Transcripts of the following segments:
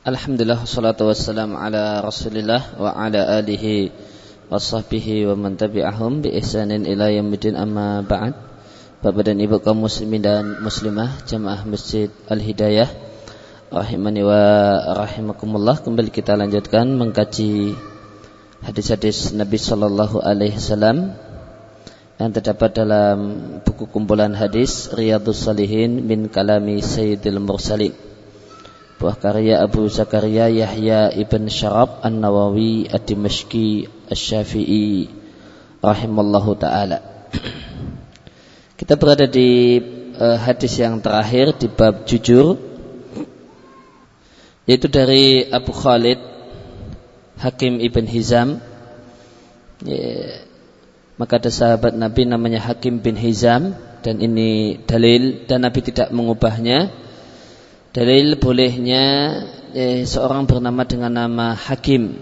Alhamdulillah wassalatu wassalamu ala Rasulillah wa ala alihi wa sahbihi wa man tabi'ahum bi ihsanin ila yaumil amma ba'd. Bapak dan Ibu kaum muslimin dan muslimah jamaah Masjid Al-Hidayah rahimani wa rahimakumullah, kembali kita lanjutkan mengkaji hadis-hadis Nabi sallallahu alaihi wasallam yang terdapat dalam buku kumpulan hadis Riyadhus Shalihin min kalami Sayyidil Mursalin, buah karya Abu Zakaria Yahya ibn Syarab An-Nawawi Ad-Dimashqi Asy-Syafi'i rahimallahu ta'ala. Kita berada di hadis yang terakhir di bab jujur, yaitu dari Abu Khalid Hakim ibn Hizam. Maka ada sahabat Nabi namanya Hakim bin Hizam, dan ini dalil, dan Nabi tidak mengubahnya. Dalil bolehnya seorang bernama dengan nama Hakim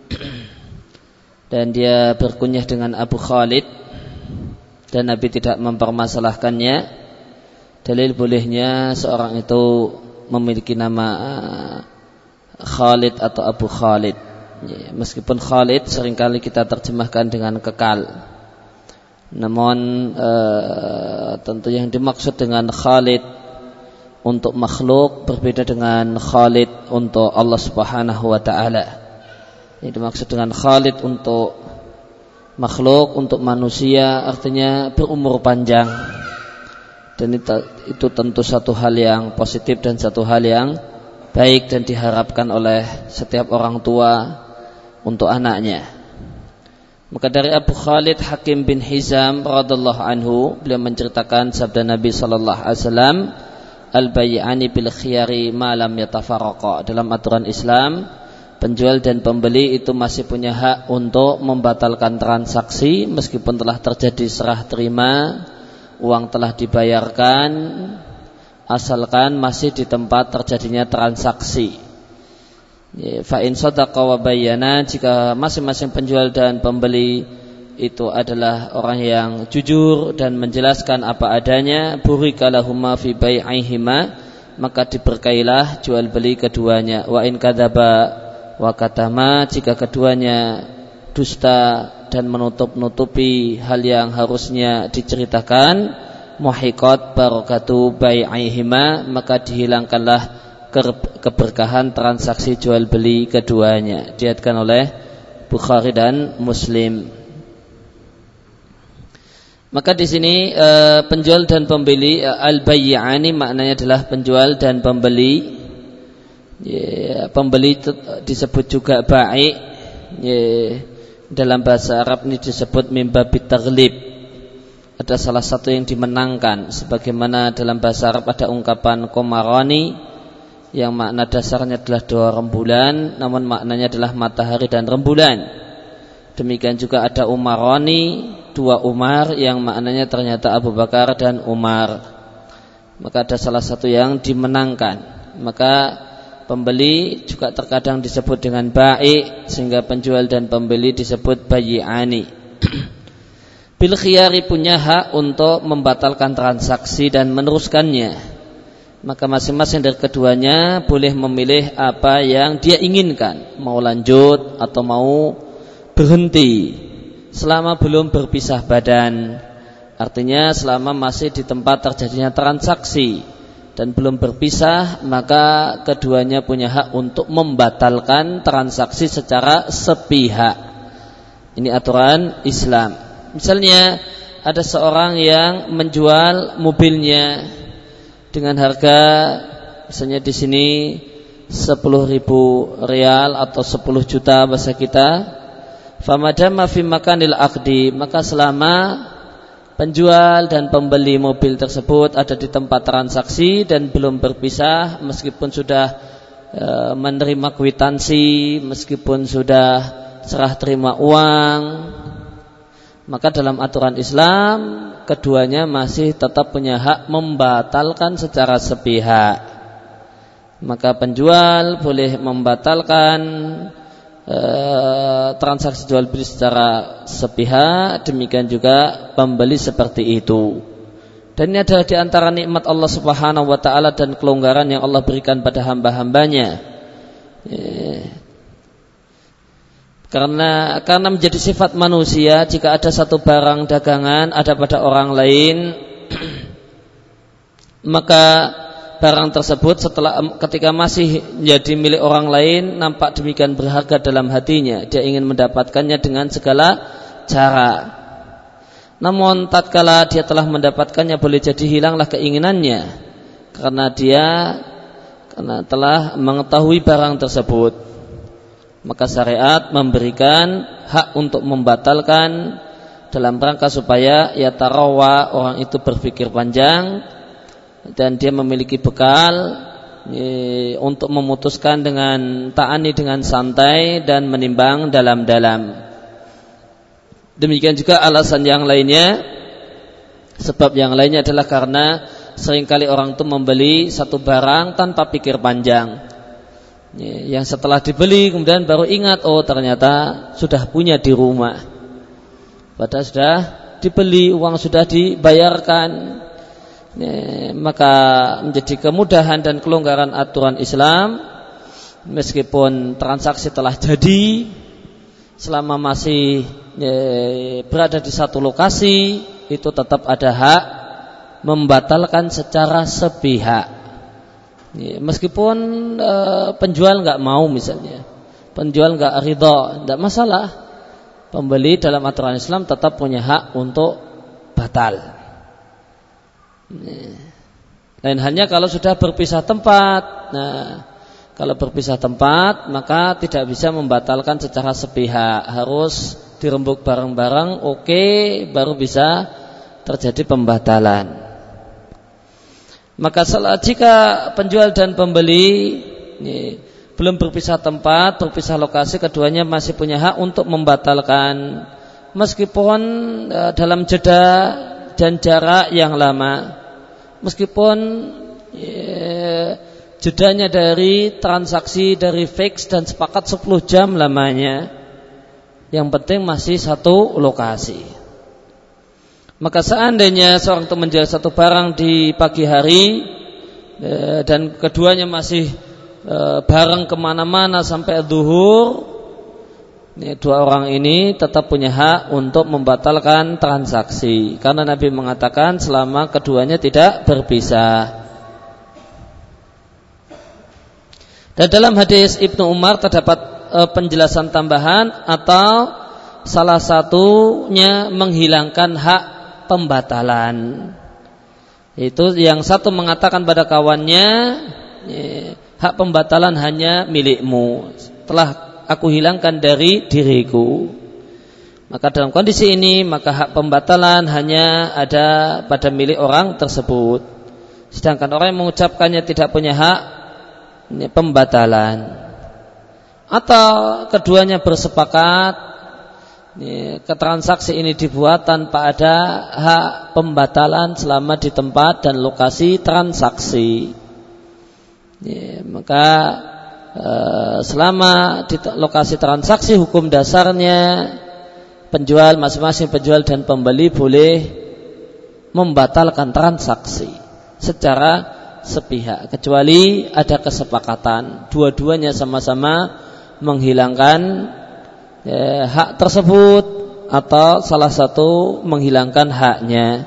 dan dia berkunyah dengan Abu Khalid, dan Nabi tidak mempermasalahkannya. Dalil bolehnya seorang itu memiliki nama Khalid atau Abu Khalid, meskipun Khalid seringkali kita terjemahkan dengan kekal. Namun tentu yang dimaksud dengan Khalid untuk makhluk berbeda dengan Khalid untuk Allah Subhanahu wa ta'ala. Yang dimaksud dengan Khalid untuk makhluk, untuk manusia, artinya berumur panjang. Dan itu tentu satu hal yang positif dan satu hal yang baik dan diharapkan oleh setiap orang tua untuk anaknya. Maka dari Abu Khalid Hakim bin Hizam radhiyallahu anhu, beliau menceritakan sabda Nabi sallallahu alaihi wasallam, al-bay'ani bil khiyari ma lam yatafarraqa. Dalam aturan Islam, penjual dan pembeli itu masih punya hak untuk membatalkan transaksi meskipun telah terjadi serah terima, uang telah dibayarkan, asalkan masih di tempat terjadinya transaksi. Fa in sadaqa wa bayyana, jika masing-masing penjual dan pembeli itu adalah orang yang jujur dan menjelaskan apa adanya, burika lahuma fi bai'ihima, maka diberkailah jual beli keduanya. Wa in kadzaba wa katama, jika keduanya dusta dan menutup-nutupi hal yang harusnya diceritakan, muhiqat barakatu bai'ihima, maka dihilangkanlah keberkahan transaksi jual beli keduanya. Diriwayatkan oleh Bukhari dan Muslim. Maka di sini penjual dan pembeli, al-bay'ani maknanya adalah penjual dan pembeli. Pembeli disebut juga ba'i. Dalam bahasa Arab ini disebut min babit taghlib. Ada salah satu yang dimenangkan, sebagaimana dalam bahasa Arab ada ungkapan qamarani yang makna dasarnya adalah dua rembulan, namun maknanya adalah matahari dan rembulan. Demikian juga ada umarani, dua Umar, yang maknanya ternyata Abu Bakar dan Umar. Maka ada salah satu yang dimenangkan. Maka pembeli juga terkadang disebut dengan ba'i, sehingga penjual dan pembeli disebut bay'ani. Bil khiyari, punya hak untuk membatalkan transaksi dan meneruskannya. Maka masing-masing dari keduanya boleh memilih apa yang dia inginkan, mau lanjut atau mau berhenti, selama belum berpisah badan. Artinya selama masih di tempat terjadinya transaksi dan belum berpisah, maka keduanya punya hak untuk membatalkan transaksi secara sepihak. Ini aturan Islam. Misalnya ada seorang yang menjual mobilnya dengan harga misalnya di sini 10.000 rial atau 10 juta bahasa kita. Famadama fi makanil aqdi, maka selama penjual dan pembeli mobil tersebut ada di tempat transaksi dan belum berpisah, meskipun sudah menerima kwitansi, meskipun sudah serah terima uang, maka dalam aturan Islam keduanya masih tetap punya hak membatalkan secara sepihak. Maka penjual boleh membatalkan transaksi jual beli secara sepihak, demikian juga pembeli seperti itu. Dan ini adalah di antara nikmat Allah Subhanahu wa ta'ala dan kelonggaran yang Allah berikan pada hamba-hambanya, Karena menjadi sifat manusia, jika ada satu barang dagangan ada pada orang lain, maka barang tersebut ketika masih menjadi milik orang lain nampak demikian berharga dalam hatinya, dia ingin mendapatkannya dengan segala cara. Namun tatkala dia telah mendapatkannya, boleh jadi hilanglah keinginannya karena telah mengetahui barang tersebut. Maka syariat memberikan hak untuk membatalkan dalam rangka supaya ya tarawa, orang itu berpikir panjang dan dia memiliki bekal untuk memutuskan dengan ta'ani, dengan santai dan menimbang dalam-dalam. Demikian juga alasan yang lainnya, sebab yang lainnya adalah karena seringkali orang itu membeli satu barang tanpa pikir panjang. Yang setelah dibeli kemudian baru ingat, oh ternyata sudah punya di rumah, padahal sudah dibeli, uang sudah dibayarkan. Maka menjadi kemudahan dan kelonggaran aturan Islam, meskipun transaksi telah jadi, selama masih berada di satu lokasi, itu tetap ada hak membatalkan secara sepihak. Meskipun penjual nggak mau, misalnya penjual nggak ridho, tidak masalah. Pembeli dalam aturan Islam tetap punya hak untuk batal. Lain halnya kalau sudah berpisah tempat. Nah, kalau berpisah tempat maka tidak bisa membatalkan secara sepihak, harus dirembuk bareng-bareng, oke, baru bisa terjadi pembatalan. Maka jika penjual dan pembeli belum berpisah tempat, berpisah lokasi, keduanya masih punya hak untuk membatalkan, meskipun dalam jeda dan jarak yang lama, meskipun jedanya dari transaksi dari fix dan sepakat 10 jam lamanya, yang penting masih satu lokasi. Maka seandainya seorang itu menjual satu barang di pagi hari dan keduanya masih bareng kemana-mana sampai zuhur, dua orang ini tetap punya hak untuk membatalkan transaksi, karena Nabi mengatakan selama keduanya tidak berpisah. Dan dalam hadis Ibnu Umar terdapat penjelasan tambahan, atau salah satunya menghilangkan hak pembatalan. Itu yang satu mengatakan pada kawannya, hak pembatalan hanya milikmu, telah aku hilangkan dari diriku. Maka dalam kondisi ini, maka hak pembatalan hanya ada pada milik orang tersebut, sedangkan orang yang mengucapkannya tidak punya hak pembatalan. Atau keduanya bersepakat transaksi ini dibuat tanpa ada hak pembatalan selama di tempat dan lokasi transaksi. Maka selama di lokasi transaksi, hukum dasarnya masing-masing penjual dan pembeli boleh membatalkan transaksi secara sepihak, kecuali ada kesepakatan dua-duanya sama-sama menghilangkan hak tersebut, atau salah satu menghilangkan haknya.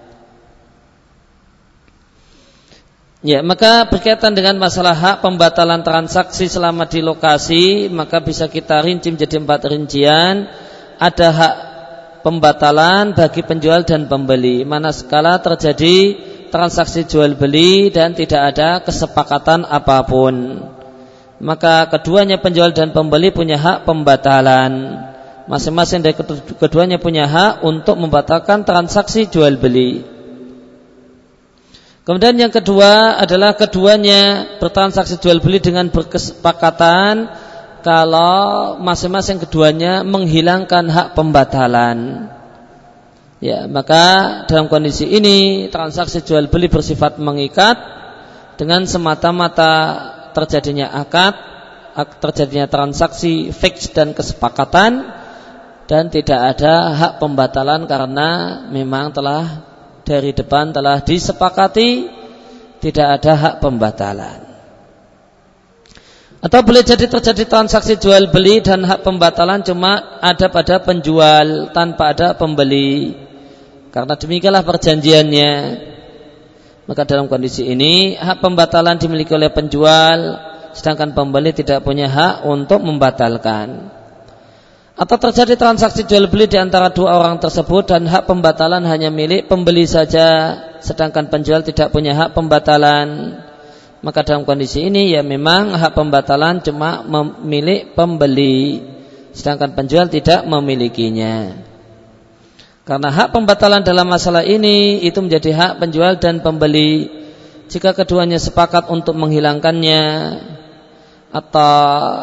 Maka berkaitan dengan masalah hak pembatalan transaksi selama di lokasi, maka bisa kita rinci menjadi 4 rincian. Ada hak pembatalan bagi penjual dan pembeli manakala terjadi transaksi jual beli dan tidak ada kesepakatan apapun. Maka keduanya, penjual dan pembeli, punya hak pembatalan. Masing-masing dari keduanya punya hak untuk membatalkan transaksi jual beli. Kemudian yang kedua adalah keduanya bertransaksi jual beli dengan berkesepakatan kalau masing-masing keduanya menghilangkan hak pembatalan. Maka dalam kondisi ini transaksi jual beli bersifat mengikat dengan semata-mata terjadinya akad, terjadinya transaksi fix dan kesepakatan, dan tidak ada hak pembatalan karena memang telah dari depan telah disepakati, tidak ada hak pembatalan. Atau boleh jadi terjadi transaksi jual beli dan hak pembatalan cuma ada pada penjual tanpa ada pembeli. Karena demikianlah perjanjiannya. Maka dalam kondisi ini hak pembatalan dimiliki oleh penjual, sedangkan pembeli tidak punya hak untuk membatalkan. Atau terjadi transaksi jual beli di antara dua orang tersebut dan hak pembatalan hanya milik pembeli saja, sedangkan penjual tidak punya hak pembatalan. Maka dalam kondisi ini ya memang hak pembatalan cuma milik pembeli, sedangkan penjual tidak memilikinya. Karena hak pembatalan dalam masalah ini itu menjadi hak penjual dan pembeli. Jika keduanya sepakat untuk menghilangkannya atau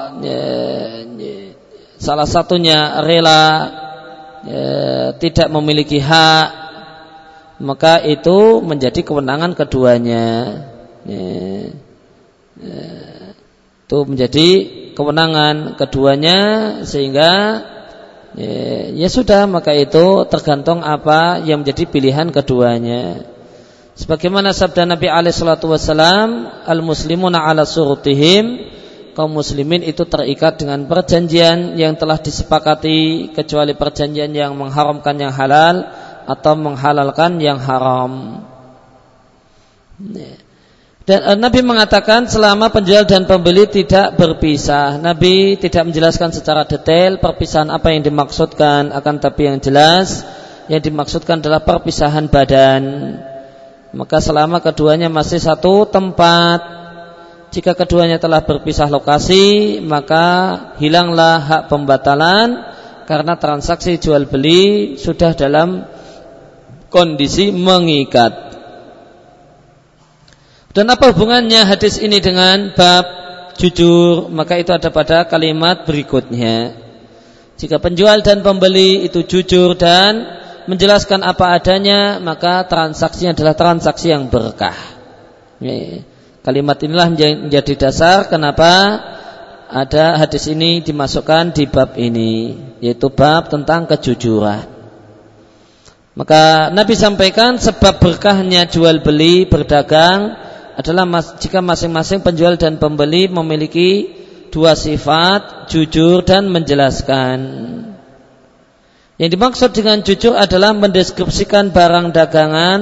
salah satunya rela tidak memiliki hak, maka itu menjadi kewenangan keduanya. Itu menjadi kewenangan keduanya, sehingga ya sudah, maka itu tergantung apa yang menjadi pilihan keduanya. Sebagaimana sabda Nabi alaihi salatu wasallam, al-muslimuna ala surutihim, kaum muslimin itu terikat dengan perjanjian yang telah disepakati, kecuali perjanjian yang mengharamkan yang halal atau menghalalkan yang haram. Dan Nabi mengatakan selama penjual dan pembeli tidak berpisah. Nabi tidak menjelaskan secara detail perpisahan apa yang dimaksudkan, akan tapi yang jelas yang dimaksudkan adalah perpisahan badan. Maka selama keduanya masih satu tempat, jika keduanya telah berpisah lokasi, maka hilanglah hak pembatalan, karena transaksi jual beli sudah dalam kondisi mengikat. Dan apa hubungannya hadis ini dengan bab jujur? Maka itu ada pada kalimat berikutnya. Jika penjual dan pembeli itu jujur dan menjelaskan apa adanya, maka transaksinya adalah transaksi yang berkah. Kalimat inilah menjadi dasar kenapa ada hadis ini dimasukkan di bab ini, yaitu bab tentang kejujuran. Maka Nabi sampaikan sebab berkahnya jual beli berdagang adalah jika masing-masing penjual dan pembeli memiliki dua sifat, jujur dan menjelaskan. Yang dimaksud dengan jujur adalah mendeskripsikan barang dagangan,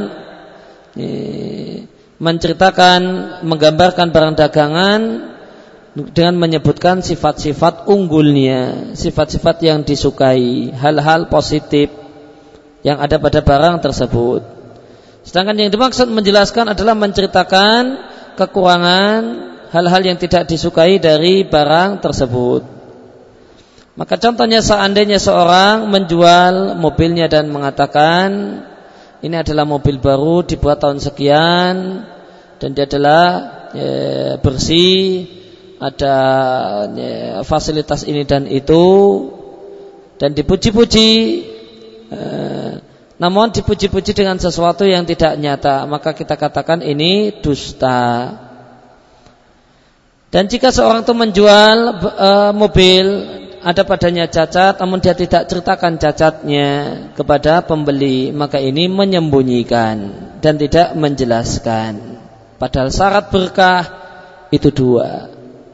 menceritakan, menggambarkan barang dagangan dengan menyebutkan sifat-sifat unggulnya, sifat-sifat yang disukai, hal-hal positif yang ada pada barang tersebut. Sedangkan yang dimaksud menjelaskan adalah menceritakan kekurangan, hal-hal yang tidak disukai dari barang tersebut. Maka contohnya seandainya seorang menjual mobilnya dan mengatakan ini adalah mobil baru dibuat tahun sekian dan dia adalah bersih, ada fasilitas ini dan itu, dan dipuji-puji, namun dipuji-puji dengan sesuatu yang tidak nyata, maka kita katakan ini dusta. Dan jika seorang itu menjual mobil, ada padanya cacat, namun dia tidak ceritakan cacatnya kepada pembeli, maka ini menyembunyikan dan tidak menjelaskan. Padahal syarat berkah itu dua,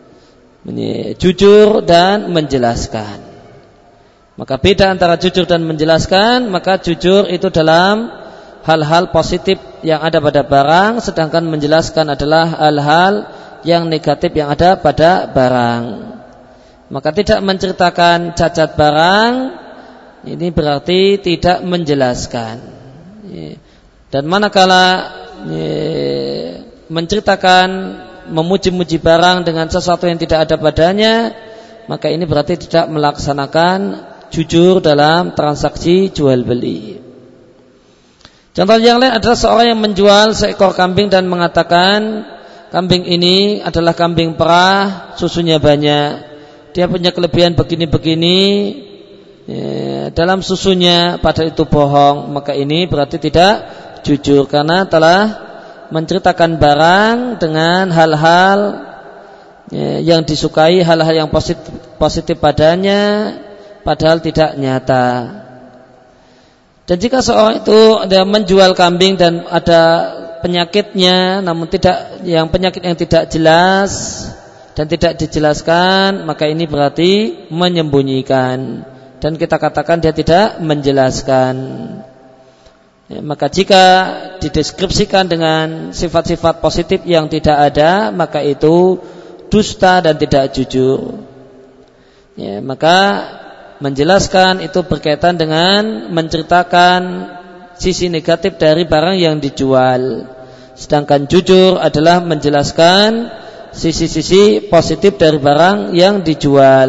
jujur dan menjelaskan. Maka beda antara jujur dan menjelaskan. Maka jujur itu dalam hal-hal positif yang ada pada barang, sedangkan menjelaskan adalah hal-hal yang negatif yang ada pada barang. Maka tidak menceritakan cacat barang ini berarti tidak menjelaskan. Dan manakala menceritakan, memuji-muji barang dengan sesuatu yang tidak ada padanya, maka ini berarti tidak melaksanakan jujur dalam transaksi jual beli. Contoh yang lain adalah seorang yang menjual seekor kambing dan mengatakan kambing ini adalah kambing perah, susunya banyak, dia punya kelebihan begini-begini dalam susunya, padahal itu bohong. Maka ini berarti tidak jujur karena telah menceritakan barang dengan hal-hal yang disukai, hal-hal yang positif padanya, padahal tidak nyata. Dan jika seorang itu ada menjual kambing dan ada penyakitnya, namun tidak, yang penyakit yang tidak jelas, dan tidak dijelaskan, maka ini berarti menyembunyikan, dan kita katakan dia tidak menjelaskan. Maka jika dideskripsikan dengan sifat-sifat positif yang tidak ada, maka itu dusta dan tidak jujur. Maka menjelaskan itu berkaitan dengan menceritakan sisi negatif dari barang yang dijual. Sedangkan jujur adalah menjelaskan sisi-sisi positif dari barang yang dijual.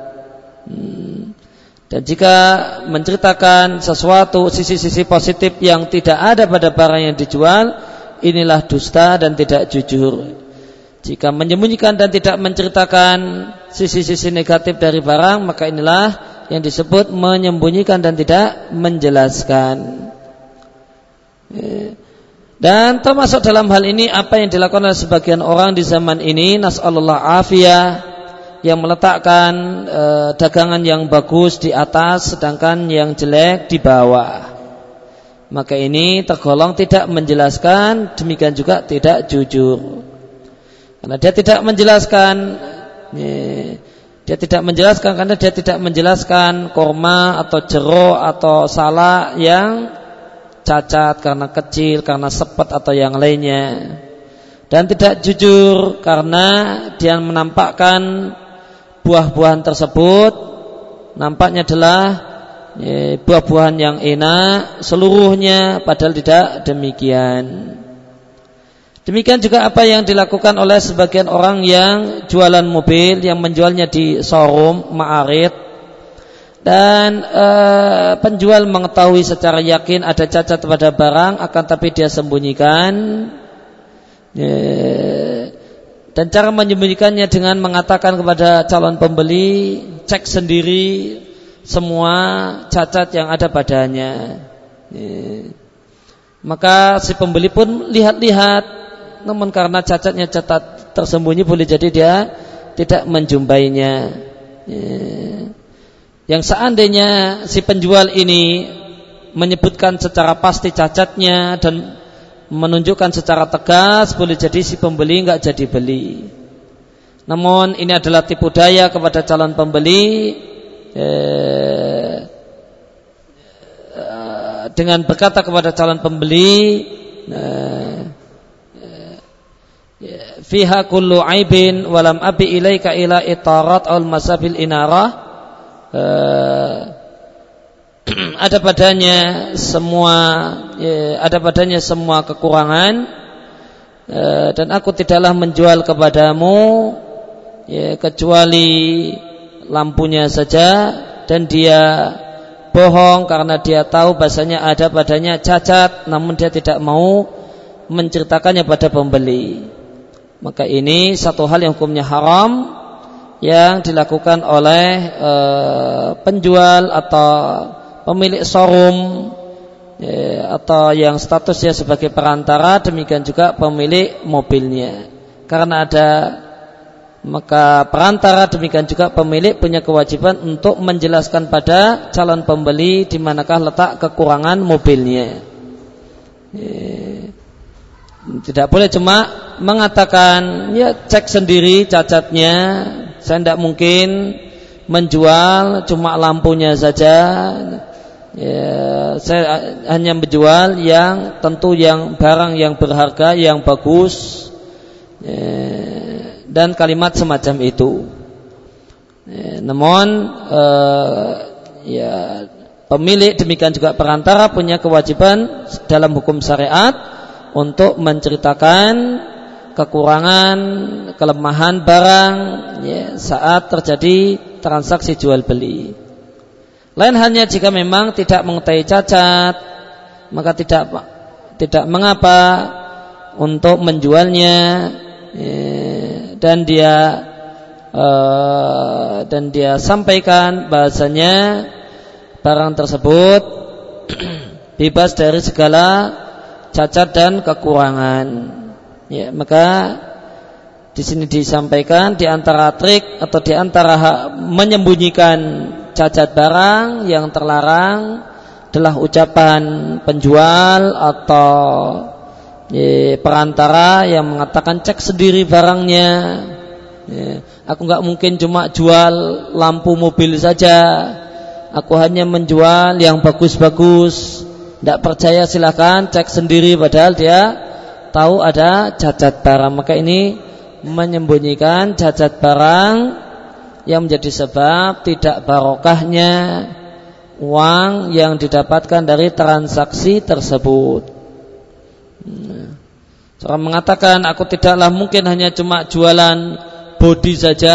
Dan jika menceritakan sesuatu sisi-sisi positif yang tidak ada pada barang yang dijual, inilah dusta dan tidak jujur. Jika menyembunyikan dan tidak menceritakan sisi-sisi negatif dari barang, maka inilah yang disebut menyembunyikan dan tidak menjelaskan. Dan termasuk dalam hal ini apa yang dilakukan oleh sebagian orang di zaman ini, nas'alullah afiyah, yang meletakkan dagangan yang bagus di atas sedangkan yang jelek di bawah. Maka ini tergolong tidak menjelaskan, demikian juga tidak jujur. Karena dia tidak menjelaskan, karena dia tidak menjelaskan kurma atau jeruk atau salak yang cacat karena kecil, karena sepet atau yang lainnya. Dan tidak jujur karena dia menampakkan buah-buahan tersebut nampaknya adalah buah-buahan yang enak seluruhnya, padahal tidak demikian. Demikian juga apa yang dilakukan oleh sebagian orang yang jualan mobil, yang menjualnya di showroom, ma'arid, dan penjual mengetahui secara yakin ada cacat pada barang, akan tapi dia sembunyikan. Dan cara menyembunyikannya dengan mengatakan kepada calon pembeli, cek sendiri semua cacat yang ada padanya. Maka si pembeli pun lihat-lihat, namun karena cacatnya cacat tersembunyi, boleh jadi dia tidak menjumpainya. Yang seandainya si penjual ini menyebutkan secara pasti cacatnya dan menunjukkan secara tegas, boleh jadi si pembeli enggak jadi beli. Namun ini adalah tipu daya kepada calon pembeli dengan berkata kepada calon pembeli, fiha kullu aibin walam abi ilaika ila itarat al masabil inarah, ada padanya semua kekurangan, dan aku tidaklah menjual kepadamu kecuali lampunya saja, dan dia bohong karena dia tahu bahasanya ada padanya cacat, namun dia tidak mau menceritakannya pada pembeli. Maka ini satu hal yang hukumnya haram, yang dilakukan oleh penjual atau pemilik showroom, atau yang statusnya sebagai perantara, demikian juga pemilik mobilnya. Karena ada maka perantara, demikian juga pemilik punya kewajiban untuk menjelaskan pada calon pembeli di manakah letak kekurangan mobilnya. Tidak boleh cuma mengatakan, ya cek sendiri cacatnya, saya tidak mungkin menjual cuma lampunya saja. Saya hanya menjual yang tentu yang barang yang berharga, yang bagus, dan kalimat semacam itu. Namun pemilik demikian juga perantara punya kewajiban dalam hukum syariat untuk menceritakan kekurangan, kelemahan barang saat terjadi transaksi jual beli. Lain halnya jika memang tidak mengetahui cacat, maka tidak mengapa untuk menjualnya, dan dia sampaikan bahasanya barang tersebut bebas dari segala cacat dan kekurangan. Maka di sini disampaikan di antara trik atau di antara menyembunyikan cacat barang yang terlarang adalah ucapan penjual atau perantara yang mengatakan cek sendiri barangnya, Aku nggak mungkin cuma jual lampu mobil saja. Aku hanya menjual yang bagus-bagus. Tidak percaya silakan cek sendiri, padahal dia tahu ada cacat barang. Maka ini menyembunyikan cacat barang yang menjadi sebab tidak barokahnya uang yang didapatkan dari transaksi tersebut. Seorang mengatakan, aku tidaklah mungkin hanya cuma jualan bodi saja,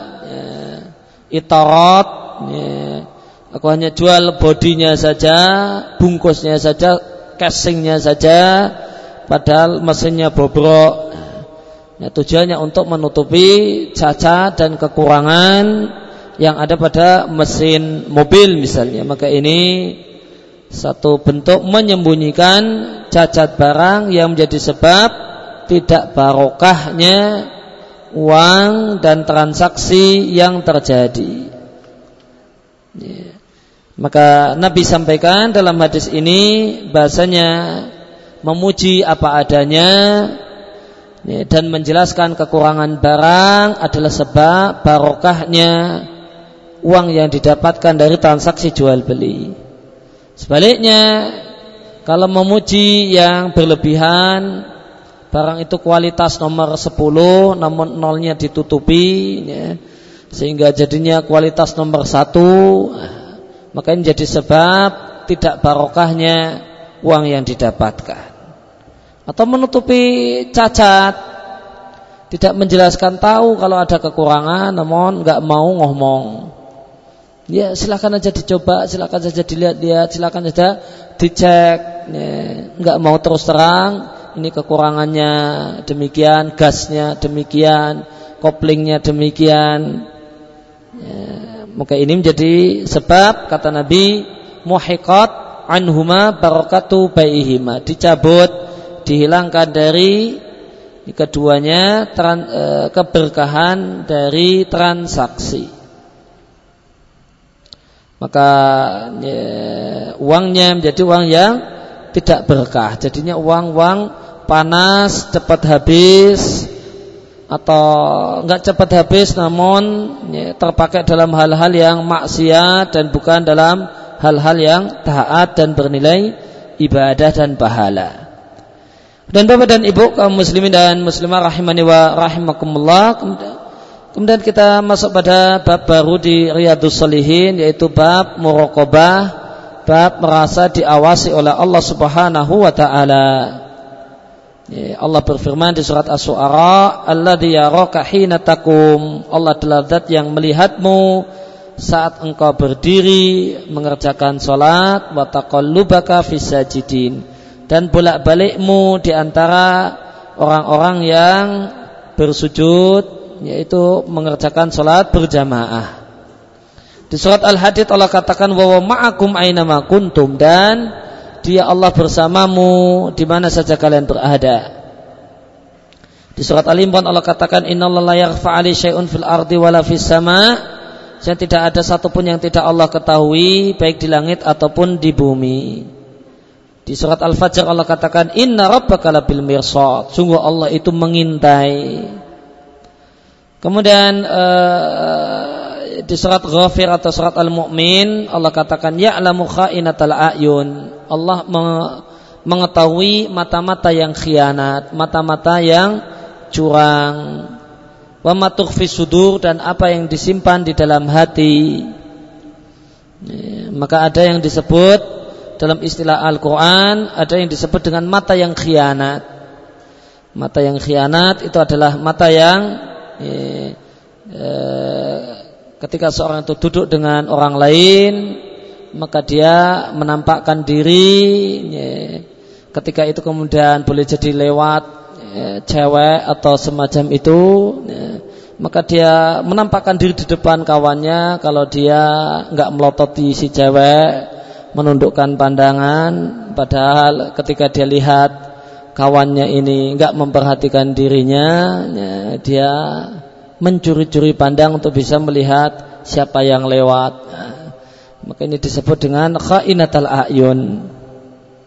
itarot, aku hanya jual bodinya saja, bungkusnya saja, casingnya saja, padahal mesinnya bobrok. Tujuannya untuk menutupi cacat dan kekurangan yang ada pada mesin mobil misalnya. Maka ini satu bentuk menyembunyikan cacat barang yang menjadi sebab tidak barokahnya uang dan transaksi yang terjadi. Maka Nabi sampaikan dalam hadis ini bahasanya memuji apa adanya dan menjelaskan kekurangan barang adalah sebab barokahnya uang yang didapatkan dari transaksi jual beli. Sebaliknya, kalau memuji yang berlebihan, barang itu kualitas nomor 10 namun nolnya ditutupi, sehingga jadinya kualitas nomor 1, maka ini jadi sebab tidak barokahnya uang yang didapatkan. Atau menutupi cacat, tidak menjelaskan, tahu kalau ada kekurangan namun enggak mau ngomong. Ya silakan aja dicoba, silakan saja dilihat-lihat, silakan saja dicek. Enggak mau terus terang, ini kekurangannya demikian, gasnya demikian, koplingnya demikian. Maka ini menjadi sebab, kata Nabi, muhiqat anhuma barakatu baihima, dicabut, dihilangkan dari keduanya keberkahan dari transaksi. Maka uangnya menjadi uang yang tidak berkah. Jadinya uang-uang panas, cepat habis, atau enggak cepat habis namun terpakai dalam hal-hal yang maksiat dan bukan dalam hal-hal yang taat dan bernilai ibadah dan pahala. Dan Bapak dan Ibu kaum muslimin dan muslimah rahimani wa rahimakumullah, kemudian kita masuk pada bab baru di Riyadhus Shalihin, yaitu bab muraqabah, bab merasa diawasi oleh Allah Subhanahu wa taala. Allah berfirman di surat Asy-Syu'ara, alladzi yaraka hina taqum, Allah adalah zat yang melihatmu saat engkau berdiri mengerjakan salat, wa taqallubaka fis sajidin, dan bolak-balikmu di antara orang-orang yang bersujud, yaitu mengerjakan salat berjamaah. Di surat Al-Hadid Allah katakan, wa ma'akum aina ma kuntum, dan Dia Allah bersamamu di mana saja kalian berada. Di surat Al-Imran Allah katakan, innallaha la yakhfa 'alaihi syai'un fil ardi wala fis sama', dan tidak ada satupun yang tidak Allah ketahui baik di langit ataupun di bumi. Di surat Al-Fajr Allah katakan, inna rabbaka labil mirsad, sungguh Allah itu mengintai. Kemudian di surat Ghafir atau surat Al-Mu'min Allah katakan, ya'lamu kha'inatal a'yun, Allah mengetahui mata-mata yang khianat, mata-mata yang curang, wa ma tukhfi sudur, dan apa yang disimpan di dalam hati. Maka ada yang disebut dalam istilah Al-Quran, ada yang disebut dengan mata yang khianat. Mata yang khianat itu adalah mata yang ketika seorang itu duduk dengan orang lain, maka dia menampakkan diri, ketika itu kemudian boleh jadi lewat cewek atau semacam itu, maka dia menampakkan diri di depan kawannya. Kalau dia enggak melototi si cewek, menundukkan pandangan, padahal ketika dia lihat kawannya ini enggak memperhatikan dirinya, dia mencuri-curi pandang untuk bisa melihat siapa yang lewat. Maka ini disebut dengan kha'inatal a'yun.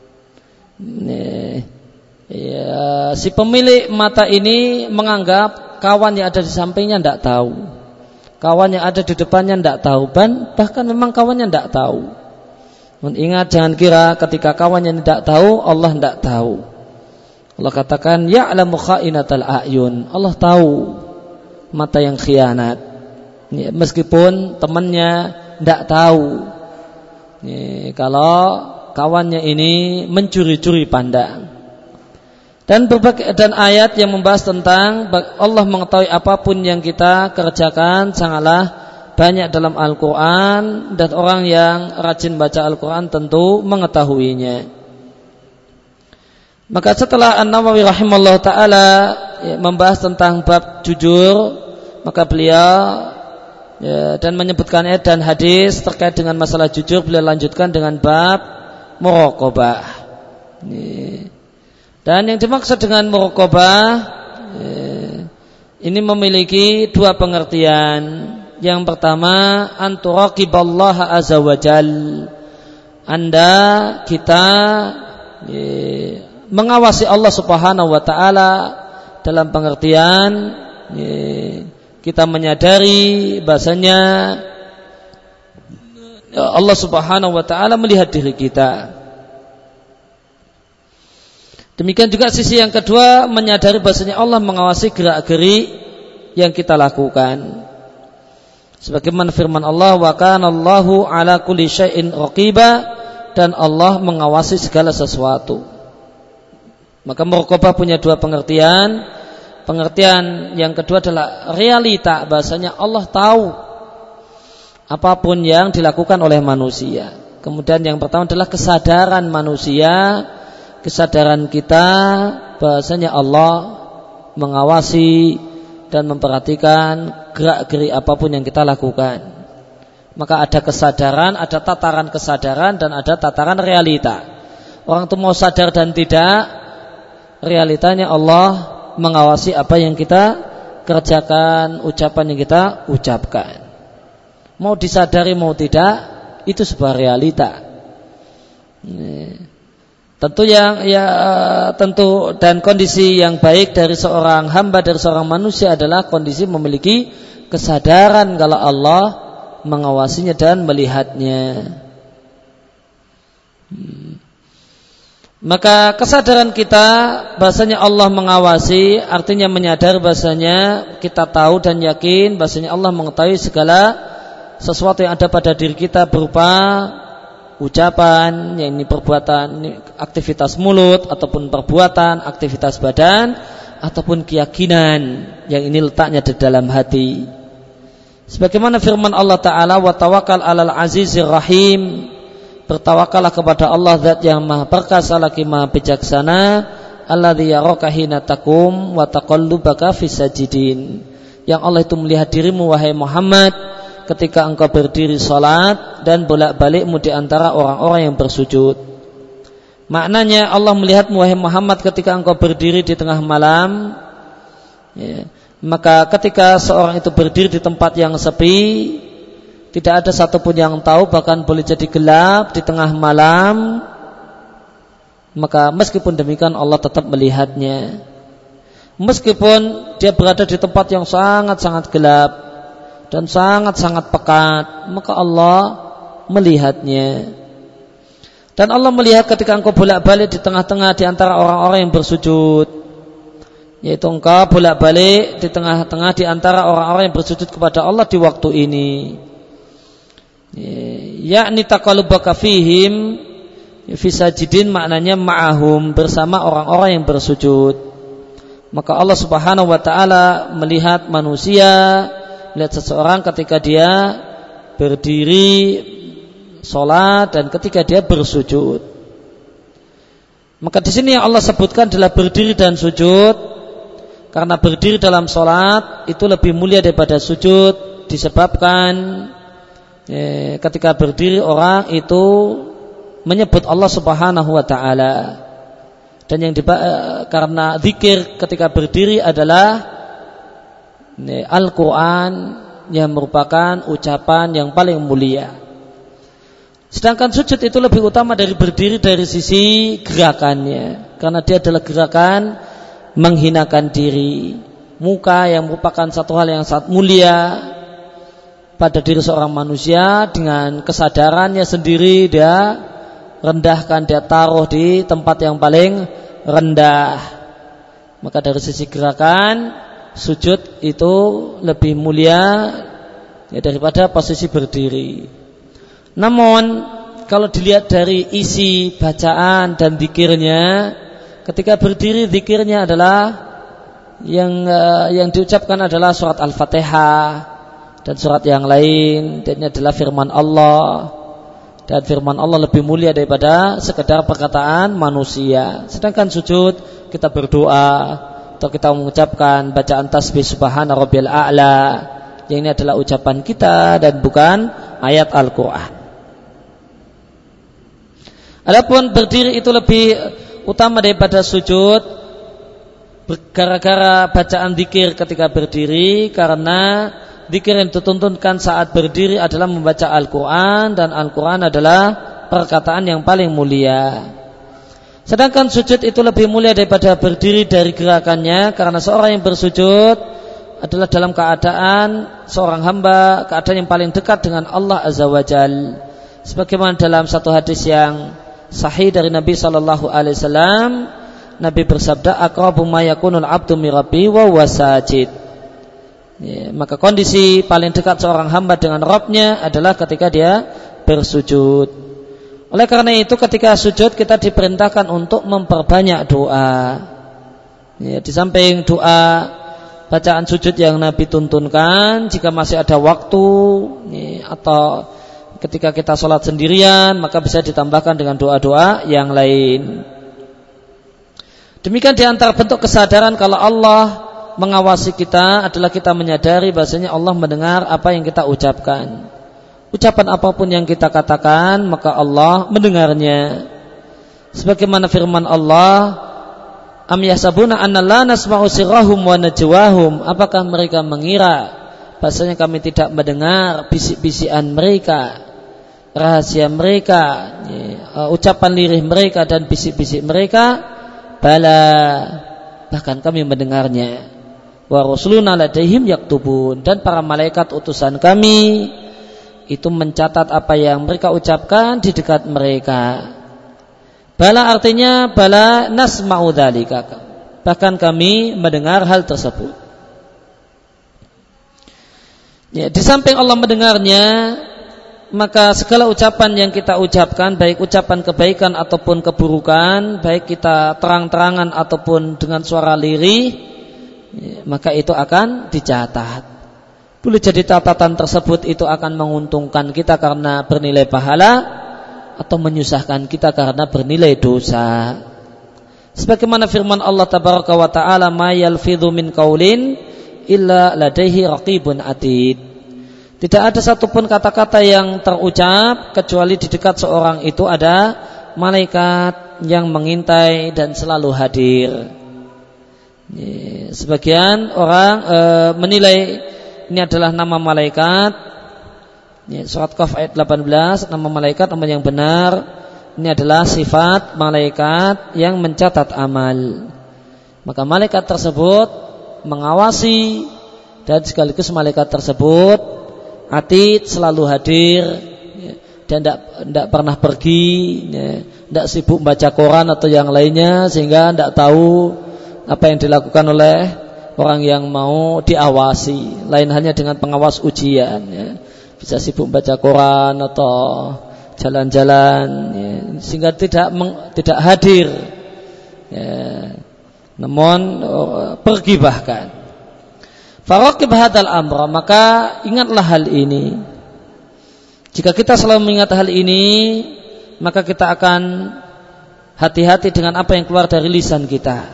Si pemilik mata ini menganggap kawan yang ada di sampingnya tidak tahu, kawan yang ada di depannya tidak tahu, bahkan memang kawannya tidak tahu. Ingat, jangan kira ketika kawannya tidak tahu Allah tidak tahu. Allah katakan ya'lamu kha'inatal a'yun, Allah tahu mata yang khianat, meskipun temannya tidak tahu. Kalau kawannya ini mencuri-curi pandang. Dan ayat yang membahas tentang Allah mengetahui apapun yang kita kerjakan sangatlah banyak dalam Al-Quran, dan orang yang rajin baca Al-Quran tentu mengetahuinya. Maka setelah An-Nawawi rahimahullah ta'ala membahas tentang bab jujur, maka beliau dan menyebutkan ayat dan hadis terkait dengan masalah jujur, beliau lanjutkan dengan bab muraqabah. Dan yang dimaksud dengan muraqabah ini memiliki dua pengertian. Yang pertama, anturaqiballaha azza wajal, Anda kita mengawasi Allah subhanahu wa ta'ala dalam pengertian kita menyadari bahasanya Allah subhanahu wa ta'ala melihat diri kita. Demikian juga sisi yang kedua, menyadari bahasanya Allah mengawasi gerak-gerik yang kita lakukan. Sebagaimana firman Allah, wa kana Allahu ala kulli syai'in raqiba, dan Allah mengawasi segala sesuatu. Maka muraqabah punya dua pengertian. Pengertian yang kedua adalah realita, bahasanya Allah tahu apapun yang dilakukan oleh manusia. Kemudian yang pertama adalah kesadaran manusia, kesadaran kita bahasanya Allah mengawasi dan memperhatikan gerak-gerik apapun yang kita lakukan. Maka ada kesadaran, ada tataran kesadaran, dan ada tataran realita. Orang itu mau sadar dan tidak, realitanya Allah mengawasi apa yang kita kerjakan, ucapan yang kita ucapkan. Mau disadari mau tidak, itu sebuah realita. Tentu tentu dan kondisi yang baik dari seorang hamba, dari seorang manusia adalah kondisi memiliki kesadaran kalau Allah mengawasinya dan melihatnya. Maka kesadaran kita bahasanya Allah mengawasi artinya menyadari bahasanya kita tahu dan yakin bahasanya Allah mengetahui segala sesuatu yang ada pada diri kita berupa ucapan, yang ini perbuatan, ini aktivitas mulut, ataupun perbuatan, aktivitas badan, ataupun keyakinan yang ini letaknya di dalam hati. Sebagaimana firman Allah Ta'ala, wa tawakkal 'alal 'azizir rahim, bertawakallah kepada Allah Zat yang Maha Perkasa lagi Maha Bijaksana, alladzi yaraka hina taqum wa taqallubaka fis sajidin, yang Allah itu melihat dirimu wahai Muhammad ketika engkau berdiri salat dan bolak-balikmu di antara orang-orang yang bersujud. Maknanya Allah melihatmu wahai Muhammad ketika engkau berdiri di tengah malam. Maka ketika seorang itu berdiri di tempat yang sepi, tidak ada satupun yang tahu, bahkan boleh jadi gelap di tengah malam, maka meskipun demikian Allah tetap melihatnya. Meskipun dia berada di tempat yang sangat-sangat gelap dan sangat-sangat pekat, maka Allah melihatnya. Dan Allah melihat ketika engkau bolak-balik di tengah-tengah di antara orang-orang yang bersujud, yaitu engkau bolak-balik di tengah-tengah di antara orang-orang yang bersujud kepada Allah di waktu ini. Yakni taqallubaka fihim fi sajidin, maknanya ma'ahum, bersama orang-orang yang bersujud. Maka Allah Subhanahu wa taala melihat manusia, melihat seseorang ketika dia berdiri salat dan ketika dia bersujud. Maka di sini yang Allah sebutkan adalah berdiri dan sujud, karena berdiri dalam salat itu lebih mulia daripada sujud, disebabkan ketika berdiri orang itu menyebut Allah Subhanahu wa taala. Dan yang karena zikir ketika berdiri adalah Al-Quran yang merupakan ucapan yang paling mulia. Sedangkan sujud itu lebih utama dari berdiri dari sisi gerakannya, karena dia adalah gerakan menghinakan diri. muka yang merupakan satu hal yang sangat mulia pada diri seorang manusia, dengan kesadarannya sendiri dia rendahkan, dia taruh di tempat yang paling rendah. Maka dari sisi gerakan, sujud itu lebih mulia daripada posisi berdiri. Namun kalau dilihat dari isi bacaan dan zikirnya, ketika berdiri zikirnya adalah yang diucapkan adalah surat Al-Fatihah dan surat yang lain, dan ini adalah firman Allah, dan firman Allah lebih mulia daripada sekedar perkataan manusia. Sedangkan sujud kita berdoa atau kita mengucapkan bacaan tasbih subhana rabbiyal a'la, yang ini adalah ucapan kita dan bukan ayat Al-Quran. Adapun berdiri itu lebih utama daripada sujud gara-gara bacaan zikir ketika berdiri, karena zikir yang dituntunkan saat berdiri adalah membaca Al-Quran, dan Al-Quran adalah perkataan yang paling mulia. Sedangkan sujud itu lebih mulia daripada berdiri dari gerakannya, karena seorang yang bersujud adalah dalam keadaan seorang hamba, keadaan yang paling dekat dengan Allah Azza wa Jal. Sebagaimana dalam satu hadis yang sahih dari Nabi sallallahu alaihi wasallam, Nabi bersabda, aqrabu ma yakunul 'abdu min rabbi wa huwa sajid. Maka kondisi paling dekat seorang hamba dengan Rabbnya adalah ketika dia bersujud. Oleh karena itu ketika sujud kita diperintahkan untuk memperbanyak doa. Di samping doa bacaan sujud yang Nabi tuntunkan, jika masih ada waktu atau ketika kita sholat sendirian, maka bisa ditambahkan dengan doa-doa yang lain. Demikian di antara bentuk kesadaran kalau Allah mengawasi kita adalah kita menyadari bahasanya Allah mendengar apa yang kita ucapkan. Ucapan apapun yang kita katakan, maka Allah mendengarnya. Sebagaimana firman Allah, am yahsabuna anna la nasma'u sirrahum wa najwahum, apakah mereka mengira bahasanya kami tidak mendengar bisik-bisikan mereka, rahasia mereka, ucapan lirih mereka dan bisik-bisik mereka? Bala, bahkan kami mendengarnya. Wa rusuluna ladaihim yaktubun, dan para malaikat utusan kami itu mencatat apa yang mereka ucapkan di dekat mereka. Bala artinya bala nasma'u dzalika, bahkan kami mendengar hal tersebut. Di samping Allah mendengarnya, maka segala ucapan yang kita ucapkan, baik ucapan kebaikan ataupun keburukan, baik kita terang-terangan ataupun dengan suara lirih, maka itu akan dicatat. Boleh jadi catatan tersebut itu akan menguntungkan kita karena bernilai pahala, atau menyusahkan kita karena bernilai dosa. Sebagaimana firman Allah tabaraka wa ta'ala, ma yalfidhu min qaulin illa ladaihi raqibun atid. Tidak ada satupun kata-kata yang terucap kecuali di dekat seorang itu ada malaikat yang mengintai dan selalu hadir. Sebagian orang menilai ini adalah nama malaikat. Surat Qaf ayat 18, nama malaikat nama yang benar ini adalah sifat malaikat yang mencatat amal. Maka malaikat tersebut mengawasi, dan sekaligus malaikat tersebut atid, selalu hadir, dan tidak pernah pergi, tidak sibuk baca Quran atau yang lainnya, sehingga tidak tahu apa yang dilakukan oleh orang yang mau diawasi. Lain hanya dengan pengawas ujian, bisa sibuk baca Quran atau jalan-jalan, sehingga tidak hadir, namun pergi bahkan. Faraqib hadal amra, maka ingatlah hal ini. Jika kita selalu mengingat hal ini, maka kita akan hati-hati dengan apa yang keluar dari lisan kita.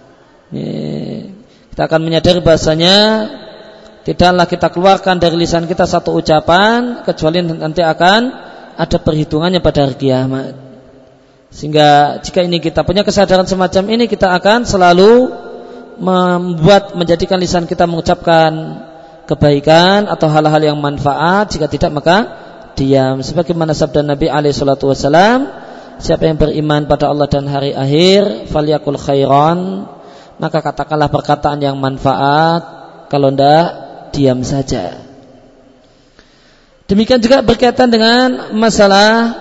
Kita akan menyadari bahasanya tidaklah kita keluarkan dari lisan kita satu ucapan kecuali nanti akan ada perhitungannya pada hari kiamat. Sehingga jika ini kita punya kesadaran semacam ini, kita akan selalu menjadikan lisan kita mengucapkan kebaikan atau hal-hal yang manfaat. Jika tidak, maka diam. Sebagaimana sabda Nabi alaihi salatu wasallam, siapa yang beriman pada Allah dan hari akhir, falyakul khairan, maka katakanlah perkataan yang manfaat. Kalau tidak, diam saja. Demikian juga berkaitan dengan masalah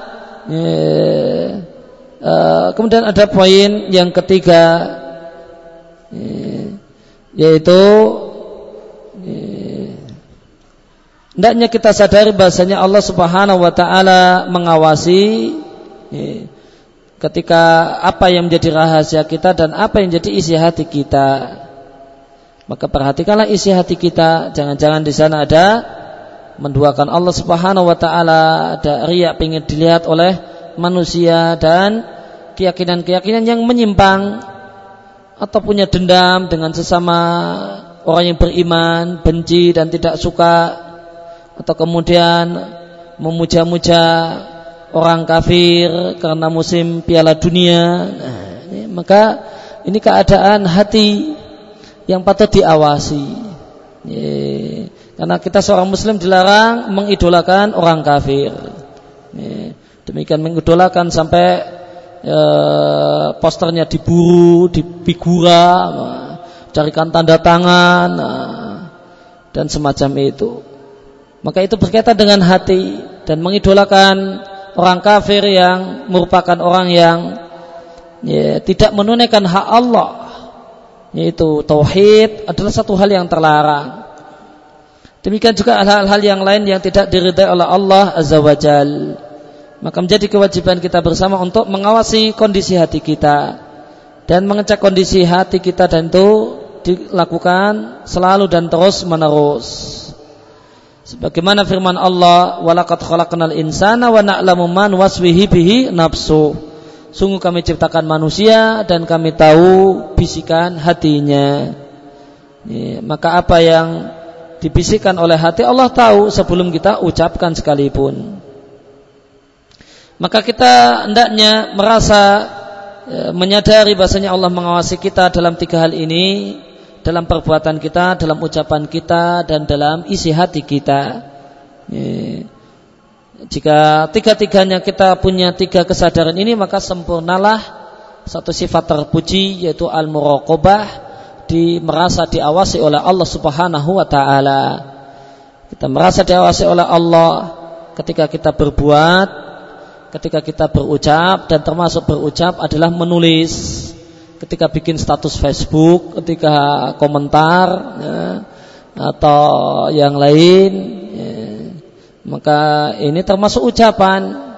kemudian ada poin yang ketiga, yaitu hendaknya kita sadari bahasanya Allah Subhanahu wa taala mengawasi ketika apa yang menjadi rahasia kita dan apa yang menjadi isi hati kita. Maka perhatikanlah isi hati kita, jangan-jangan di sana ada menduakan Allah Subhanahu wa taala, ada riya, ingin dilihat oleh manusia, dan keyakinan-keyakinan yang menyimpang, atau punya dendam dengan sesama orang yang beriman, benci dan tidak suka, atau kemudian memuja-muja orang kafir karena musim Piala Dunia. Maka ini keadaan hati yang patut diawasi. Karena kita seorang muslim dilarang mengidolakan orang kafir. Demikian mengidolakan sampai posternya diburu, difigura, carikan tanda tangan, dan semacam itu. Maka itu berkaitan dengan hati, dan mengidolakan orang kafir yang merupakan orang yang tidak menunaikan hak Allah, yaitu tauhid, adalah satu hal yang terlarang. Demikian juga hal-hal yang lain yang tidak diridai oleh Allah Azza wa Jal. Maka menjadi kewajiban kita bersama untuk mengawasi kondisi hati kita dan mengecek kondisi hati kita, dan itu dilakukan selalu dan terus menerus. Sebagaimana firman Allah, walaqad khalaqnal insana wa na'lamu man waswihi bihi nafsu. Sungguh kami ciptakan manusia dan kami tahu bisikan hatinya. Maka apa yang dibisikkan oleh hati Allah tahu sebelum kita ucapkan sekalipun. Maka kita hendaknya merasa menyadari bahasanya Allah mengawasi kita dalam tiga hal ini, dalam perbuatan kita, dalam ucapan kita, dan dalam isi hati kita. Jika tiga-tiganya kita punya tiga kesadaran ini, maka sempurnalah satu sifat terpuji, yaitu al-muraqabah, merasa diawasi oleh Allah Subhanahu wa taala. Kita merasa diawasi oleh Allah ketika kita berbuat, ketika kita berucap, dan termasuk berucap adalah menulis. Ketika bikin status Facebook, ketika komentar atau yang lain, maka ini termasuk ucapan.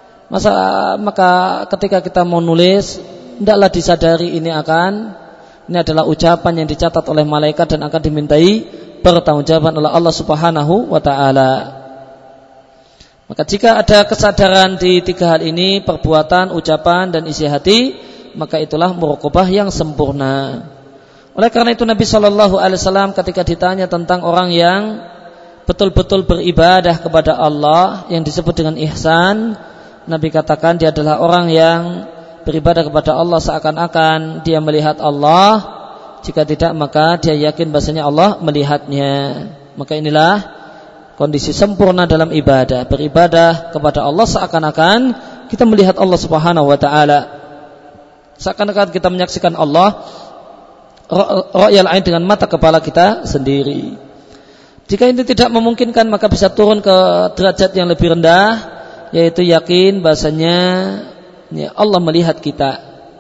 Maka ketika kita mau nulis, hendaklah disadari ini adalah ucapan yang dicatat oleh malaikat dan akan dimintai pertanggungjawaban oleh Allah Subhanahu wa taala. Maka jika ada kesadaran di tiga hal ini, perbuatan, ucapan, dan isi hati, maka itulah muraqabah yang sempurna. Oleh karena itu Nabi sallallahu alaihi wasallam ketika ditanya tentang orang yang betul-betul beribadah kepada Allah yang disebut dengan ihsan, Nabi katakan dia adalah orang yang beribadah kepada Allah seakan-akan dia melihat Allah. Jika tidak, maka dia yakin bahasanya Allah melihatnya. Maka inilah kondisi sempurna dalam ibadah, beribadah kepada Allah seakan-akan kita melihat Allah Subhanahu wa taala, seakan-akan kita menyaksikan Allah ra'yal ain dengan mata kepala kita sendiri. Jika ini tidak memungkinkan, maka bisa turun ke derajat yang lebih rendah, yaitu yakin bahasanya Allah melihat kita.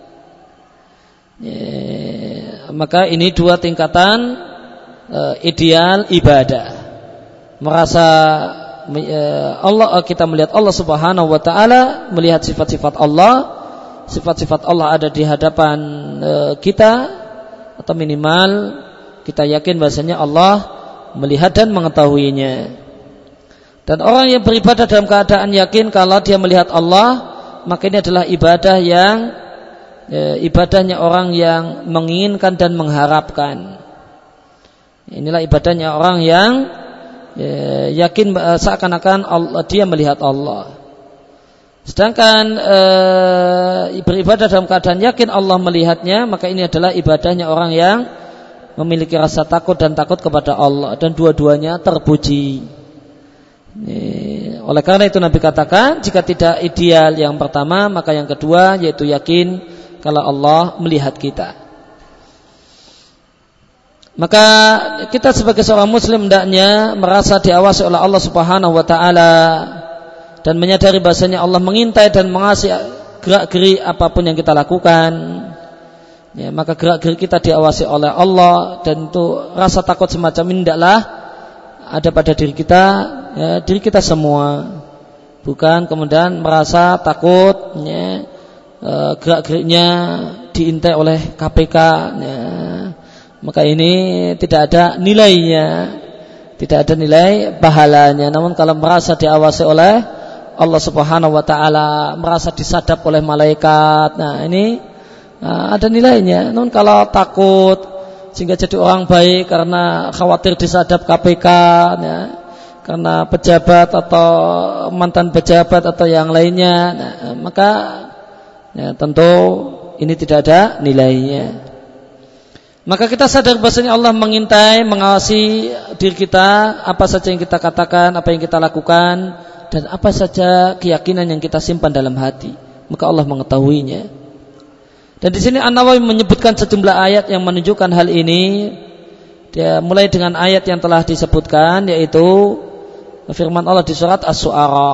Maka ini dua tingkatan ideal ibadah. Merasa Allah, kita melihat Allah Subhanahu wa taala, melihat sifat-sifat Allah, sifat-sifat Allah ada di hadapan kita, atau minimal kita yakin bahasanya Allah melihat dan mengetahuinya. Dan orang yang beribadah dalam keadaan yakin kalau dia melihat Allah, maka ini adalah ibadah yang ibadahnya orang yang menginginkan dan mengharapkan. Inilah ibadahnya orang yang yakin seakan-akan dia melihat Allah. Sedangkan beribadah dalam keadaan yakin Allah melihatnya, maka ini adalah ibadahnya orang yang memiliki rasa takut dan takut kepada Allah, dan dua-duanya terpuji. Oleh karena itu Nabi katakan, jika tidak ideal yang pertama, maka yang kedua yaitu yakin kalau Allah melihat kita. Maka kita sebagai seorang muslim hendaknya merasa diawasi oleh Allah Subhanahu wa taala dan menyadari bahasanya Allah mengintai dan mengasihi gerak-gerik apapun yang kita lakukan. Ya, maka gerak-gerik kita diawasi oleh Allah, dan itu rasa takut semacam ini hendaklah ada pada diri kita, ya, diri kita semua. Bukan kemudian merasa takut, ya, gerak-geriknya diintai oleh KPK, ya. Maka ini tidak ada nilainya, tidak ada nilai pahalanya. Namun kalau merasa diawasi oleh Allah Subhanahu wa taala, merasa disadap oleh malaikat, nah ini ada nilainya. Namun kalau takut sehingga jadi orang baik karena khawatir disadap KPK, ya, karena pejabat atau mantan pejabat atau yang lainnya, nah, maka ya, tentu ini tidak ada nilainya. Maka kita sadar bahasanya Allah mengintai, mengawasi diri kita, apa saja yang kita katakan, apa yang kita lakukan, dan apa saja keyakinan yang kita simpan dalam hati. Maka Allah mengetahuinya. Dan di sini An-Nawawi menyebutkan sejumlah ayat yang menunjukkan hal ini. Dia mulai dengan ayat yang telah disebutkan, yaitu firman Allah di surat Asy-Syu'ara.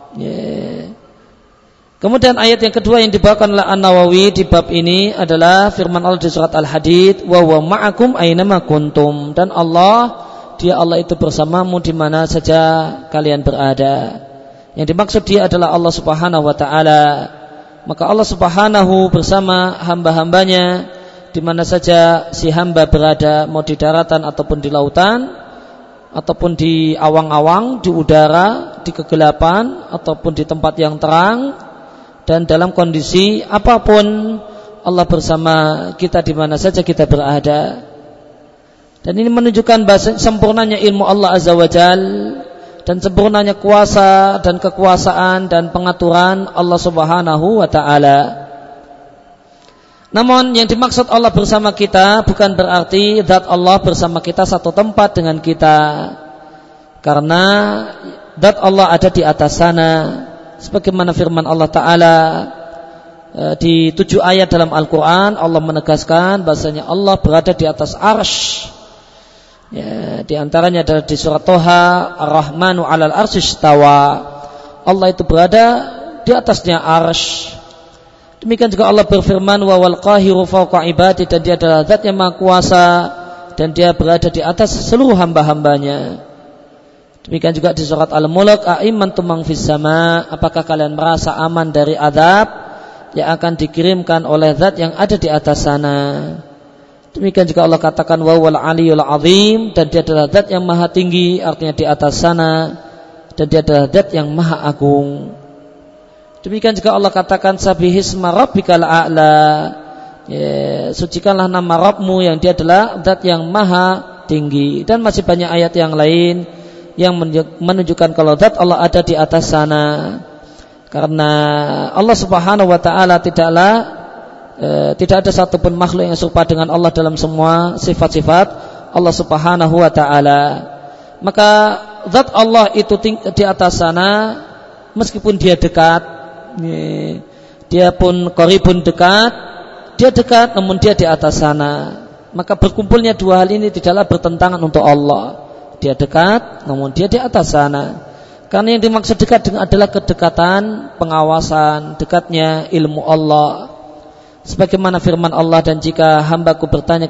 Kemudian ayat yang kedua yang dibawakan oleh An-Nawawi di bab ini adalah firman Allah di surat Al-Hadid, wa huwa ma'akum aynama kuntum, dan Allah itu bersamamu di mana saja kalian berada. Yang dimaksud dia adalah Allah Subhanahu wa taala. Maka Allah Subhanahu bersama hamba-hambanya di mana saja si hamba berada, mau di daratan ataupun di lautan, ataupun di awang-awang, di udara, di kegelapan, ataupun di tempat yang terang, dan dalam kondisi apapun Allah bersama kita di mana saja kita berada. Dan ini menunjukkan bahasa sempurnanya ilmu Allah Azza wa Jal, dan sempurnanya kuasa dan kekuasaan dan pengaturan Allah Subhanahu wa ta'ala. Namun yang dimaksud Allah bersama kita bukan berarti zat Allah bersama kita satu tempat dengan kita, karena zat Allah ada di atas sana. Sebagaimana firman Allah Ta'ala di 7 ayat dalam Al-Quran, Allah menegaskan bahasanya Allah berada di atas arsy. Ya, di antaranya adalah di surat Toha, Ar-Rahmanu 'alal arsy istawa. Allah itu berada di atasnya arsy. Demikian juga Allah berfirman, wa wal qahiru fawqa ibadi, dan dia adalah zat yang maha kuasa dan dia berada di atas seluruh hamba-hambanya. Demikian juga di surat Al-Mulk, a'immantum man fis sama, apakah kalian merasa aman dari azab yang akan dikirimkan oleh zat yang ada di atas sana. Demikian juga Allah katakan wa wal aliyul azim, dan dia adalah zat yang maha tinggi, artinya di atas sana, dan dia adalah zat yang maha agung. Demikian juga Allah katakan sabihisma rabbikal a'la, ya, sucikanlah nama Rabbmu yang dia adalah zat yang maha tinggi. Dan masih banyak ayat yang lain yang menunjukkan kalau zat Allah ada di atas sana. Karena Allah Subhanahu wa ta'ala tidak ada satupun makhluk yang serupa dengan Allah dalam semua sifat-sifat Allah Subhanahu wa ta'ala. Maka zat Allah itu di atas sana, meskipun dia dekat, dia pun qaribun dekat, dia dekat namun dia di atas sana. Maka berkumpulnya dua hal ini tidaklah bertentangan untuk Allah. Dia dekat namun dia di atas sana. Karena yang dimaksud dekat adalah kedekatan pengawasan, dekatnya ilmu Allah. Sebagaimana firman Allah, dan jika hambaku bertanya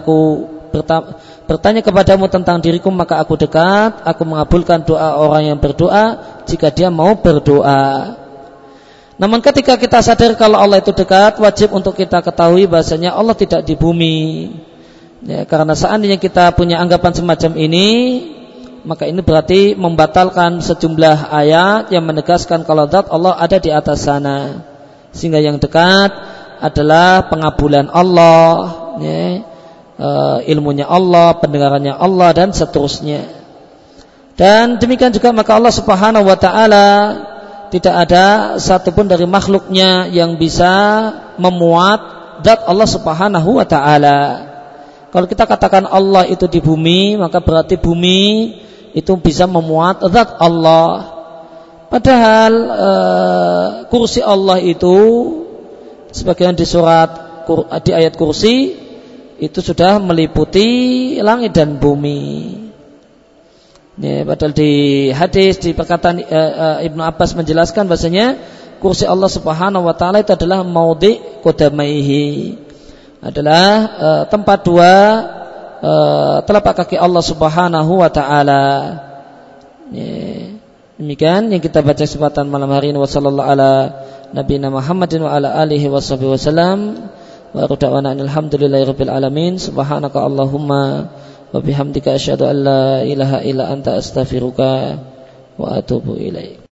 kepadamu tentang diriku, maka aku dekat, aku mengabulkan doa orang yang berdoa jika dia mau berdoa. Namun ketika kita sadar kalau Allah itu dekat, wajib untuk kita ketahui bahasanya Allah tidak di bumi. Ya, karena seandainya kita punya anggapan semacam ini, maka ini berarti membatalkan sejumlah ayat yang menegaskan kalau zat Allah ada di atas sana. Sehingga yang dekat adalah pengabulan Allah, ya, ilmunya Allah, pendengarannya Allah, dan seterusnya. Dan demikian juga maka Allah Subhanahu wa ta'ala tidak ada satupun dari makhluknya yang bisa memuat zat Allah Subhanahu wa ta'ala. Kalau kita katakan Allah itu di bumi, maka berarti bumi itu bisa memuat zat Allah. Padahal kursi Allah itu sebagaimana di ayat kursi itu sudah meliputi langit dan bumi. Ya, padahal di hadis di perkataan Ibnu Abbas menjelaskan bahasanya kursi Allah Subhanahu wa taala itu adalah maudhi qadamaihi, adalah tempat dua telapak kaki Allah Subhanahu wa taala. Ya, demikian yang kita baca kesempatan malam hari ini. Wassallallahu ala nabiyina Muhammadin wa ala alihi washabihi wasallam. Wa rada'wana alhamdulillahirabbil alamin. Subhanaka Allahumma wa bihamdika asyhadu an la ilaha illa anta astaghfiruka wa atubu ilaik.